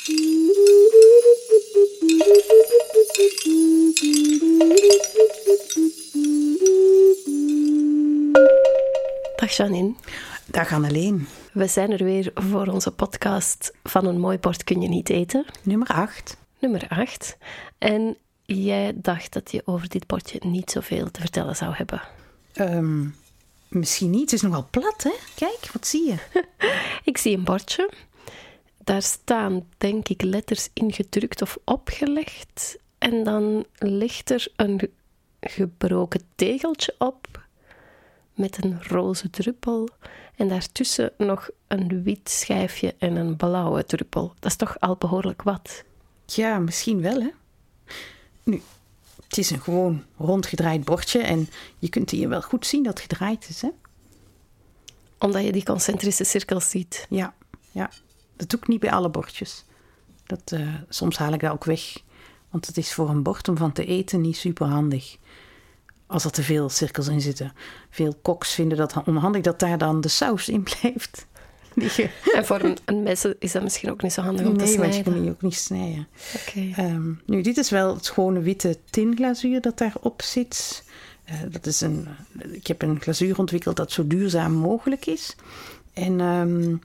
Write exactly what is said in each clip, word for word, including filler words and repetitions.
Dag Janine. Dag Anneleen. We zijn er weer voor onze podcast Van een mooi bord kun je niet eten. Nummer acht. Nummer acht. En jij dacht dat je over dit bordje niet zoveel te vertellen zou hebben. Um, misschien niet. Het is nogal plat, hè? Kijk, wat zie je? Ik zie een bordje. Daar staan, denk ik, letters ingedrukt of opgelegd. En dan ligt er een gebroken tegeltje op met een roze druppel. En daartussen nog een wit schijfje en een blauwe druppel. Dat is toch al behoorlijk wat? Ja, misschien wel, hè? Nu, het is een gewoon rondgedraaid bordje en je kunt hier wel goed zien dat het gedraaid is, hè? Omdat je die concentrische cirkels ziet. Ja, ja. Dat doe ik niet bij alle bordjes. Dat, uh, soms haal ik dat ook weg. Want het is voor een bord om van te eten niet super handig. Als er te veel cirkels in zitten. Veel koks vinden dat onhandig dat daar dan de saus in blijft liggen. En voor een, een mes is dat misschien ook niet zo handig om nee, te snijden. Nee, want je kunt die ook niet snijden. Okay. Um, nu, dit is wel het gewone witte tinglazuur dat daarop zit. Uh, dat is een, ik heb een glazuur ontwikkeld dat zo duurzaam mogelijk is. En um,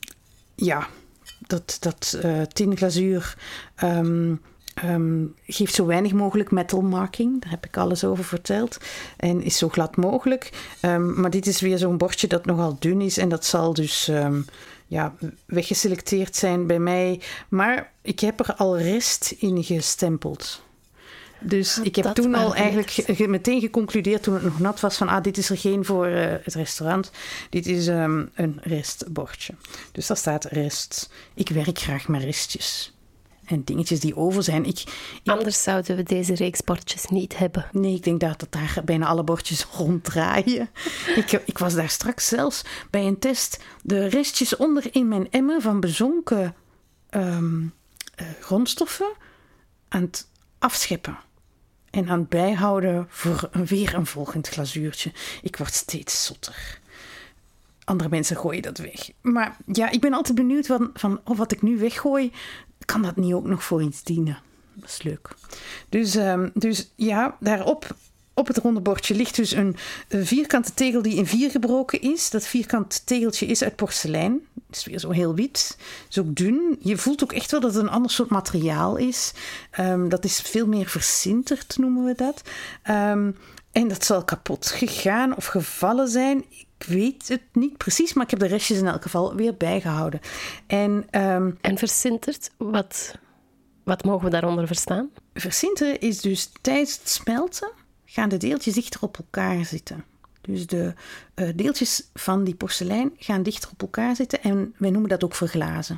ja, dat, dat uh, tinglazuur Um, Um, geeft zo weinig mogelijk metal marking. Daar heb ik alles over verteld. En is zo glad mogelijk. Um, maar dit is weer zo'n bordje dat nogal dun is. En dat zal dus um, ja, weggeselecteerd zijn bij mij. Maar ik heb er al rest in gestempeld. Dus ik heb dat toen al eigenlijk ge- meteen geconcludeerd toen het nog nat was van ah, dit is er geen voor uh, het restaurant. Dit is um, een restbordje. Dus daar staat rest. Ik werk graag met restjes. En dingetjes die over zijn. Ik, ik, Anders zouden we deze reeks bordjes niet hebben. Nee, ik denk dat, dat daar bijna alle bordjes ronddraaien. ik, ik was daar straks zelfs bij een test de restjes onder in mijn emmer van bezonken um, uh, grondstoffen aan het afscheppen. En aan het bijhouden voor een, weer een volgend glazuurtje. Ik word steeds zotter. Andere mensen gooien dat weg. Maar ja, ik ben altijd benieuwd van, van oh, wat ik nu weggooi, kan dat niet ook nog voor iets dienen? Dat is leuk. Dus, um, dus ja, daarop op het ronde bordje ligt dus een, een vierkante tegel die in vier gebroken is. Dat vierkante tegeltje is uit porselein. Het is weer zo heel wit. Het is ook dun. Je voelt ook echt wel dat het een ander soort materiaal is. Um, dat is veel meer versinterd, noemen we dat. Um, en dat zal kapot gegaan of gevallen zijn. Ik weet het niet precies, maar ik heb de restjes in elk geval weer bijgehouden. En, um, en versinterd, wat, wat mogen we daaronder verstaan? Versinteren is dus tijdens het smelten gaan de deeltjes dichter op elkaar zitten. Dus de uh, deeltjes van die porselein gaan dichter op elkaar zitten en wij noemen dat ook verglazen.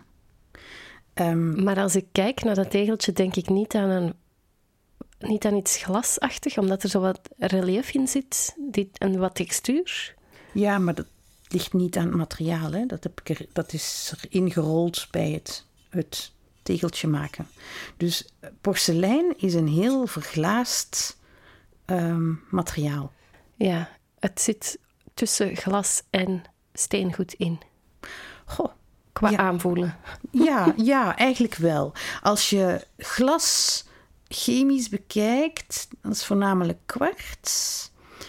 Um, maar als ik kijk naar dat tegeltje, denk ik niet aan een niet aan iets glasachtig, omdat er zo wat relief in zit en wat textuur. Ja, maar dat ligt niet aan het materiaal. Hè? Dat, heb ik er, dat is er ingerold bij het, het tegeltje maken. Dus porselein is een heel verglaasd um, materiaal. Ja, het zit tussen glas en steengoed in. Goh. Qua ja. aanvoelen. Ja, ja, eigenlijk wel. Als je glas chemisch bekijkt, dat is voornamelijk kwarts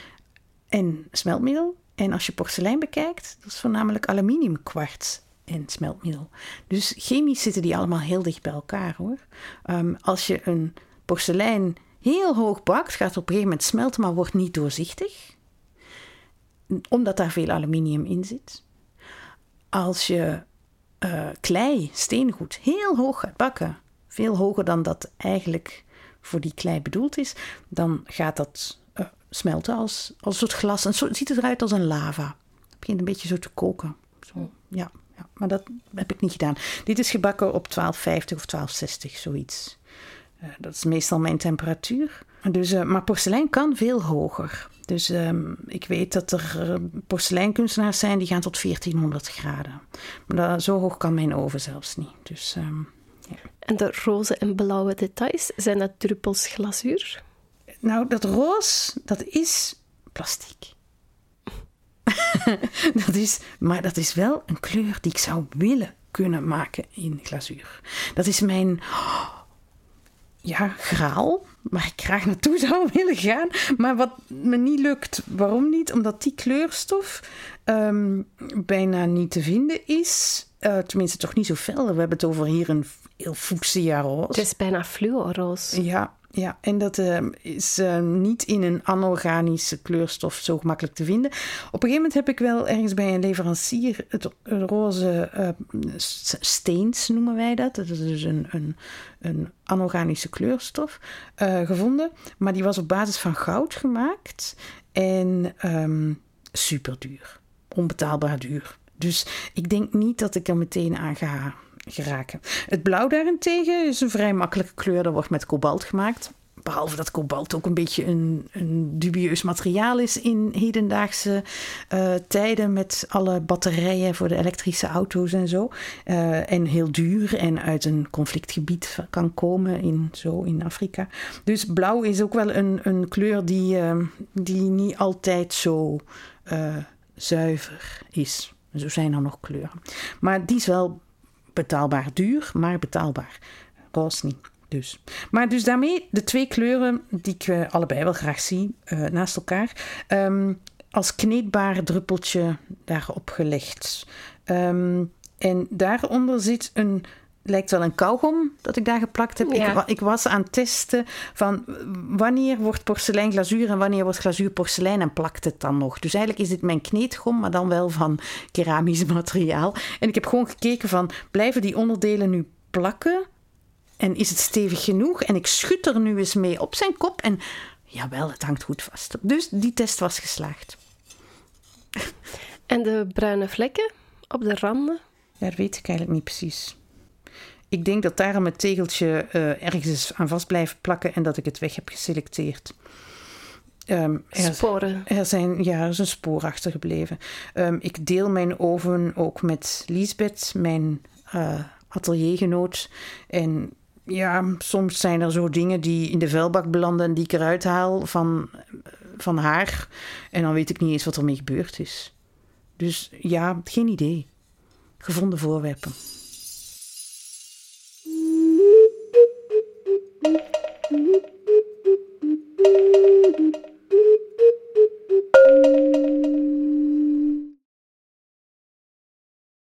en smeltmiddel. En als je porselein bekijkt, dat is voornamelijk aluminiumkwarts en smeltmiddel. Dus chemisch zitten die allemaal heel dicht bij elkaar, hoor. Um, als je een porselein heel hoog bakt, gaat het op een gegeven moment smelten, maar wordt niet doorzichtig. Omdat daar veel aluminium in zit. Als je uh, klei, steengoed, heel hoog gaat bakken, veel hoger dan dat eigenlijk voor die klei bedoeld is, dan gaat dat uh, smelten als, als een soort glas. En zo ziet het eruit als een lava. Het begint een beetje zo te koken. Zo, ja, ja, maar dat heb ik niet gedaan. Dit is gebakken op twaalf vijftig of twaalf zestig, zoiets. Uh, dat is meestal mijn temperatuur. Dus, uh, maar porselein kan veel hoger. Dus um, ik weet dat er uh, porseleinkunstenaars zijn die gaan tot veertienhonderd graden. Maar dat, zo hoog kan mijn oven zelfs niet. Dus, um, ja. En de roze en blauwe details, zijn dat druppels glazuur? Nou, dat roze, dat is plastiek. dat is, maar dat is wel een kleur die ik zou willen kunnen maken in glazuur. Dat is mijn ja, graal, waar ik graag naartoe zou willen gaan. Maar wat me niet lukt. Waarom niet? Omdat die kleurstof um, bijna niet te vinden is. Uh, tenminste, toch niet zo fel. We hebben het over hier een heel fuchsia roze. Het is bijna fluoroos. Ja, ja, en dat uh, is uh, niet in een anorganische kleurstof zo gemakkelijk te vinden. Op een gegeven moment heb ik wel ergens bij een leverancier het roze uh, steens, noemen wij dat. Dat is dus een, een, een anorganische kleurstof uh, gevonden. Maar die was op basis van goud gemaakt. En um, super duur. Onbetaalbaar duur. Dus ik denk niet dat ik er meteen aan ga geraken. Het blauw daarentegen is een vrij makkelijke kleur. Dat wordt met kobalt gemaakt. Behalve dat kobalt ook een beetje een, een dubieus materiaal is in hedendaagse uh, tijden met alle batterijen voor de elektrische auto's en zo. Uh, en heel duur en uit een conflictgebied kan komen in, zo in Afrika. Dus blauw is ook wel een, een kleur die, uh, die niet altijd zo uh, zuiver is. Zo zijn er nog kleuren. Maar die is wel betaalbaar duur, maar betaalbaar. Roze niet. Dus. Maar dus daarmee de twee kleuren die ik uh, allebei wel graag zie uh, naast elkaar. Um, als kneedbaar druppeltje daarop gelegd. Um, en daaronder zit een, lijkt wel een kauwgom dat ik daar geplakt heb. Ja. Ik, ik was aan het testen van wanneer wordt porselein glazuur en wanneer wordt glazuur porselein en plakt het dan nog. Dus eigenlijk is dit mijn kneedgom, maar dan wel van keramisch materiaal. En ik heb gewoon gekeken van, blijven die onderdelen nu plakken? En is het stevig genoeg? En ik schud er nu eens mee op zijn kop. En jawel, het hangt goed vast. Dus die test was geslaagd. En de bruine vlekken op de randen? Ja, dat weet ik eigenlijk niet precies. Ik denk dat daarom het tegeltje uh, ergens aan vast blijft plakken en dat ik het weg heb geselecteerd. Um, er, Sporen. Er, zijn, ja, er is een spoor achtergebleven. Um, ik deel mijn oven ook met Liesbeth, mijn uh, ateliergenoot. En ja, soms zijn er zo dingen die in de vuilbak belanden en die ik eruit haal van, van haar. En dan weet ik niet eens wat ermee gebeurd is. Dus ja, geen idee. Gevonden voorwerpen.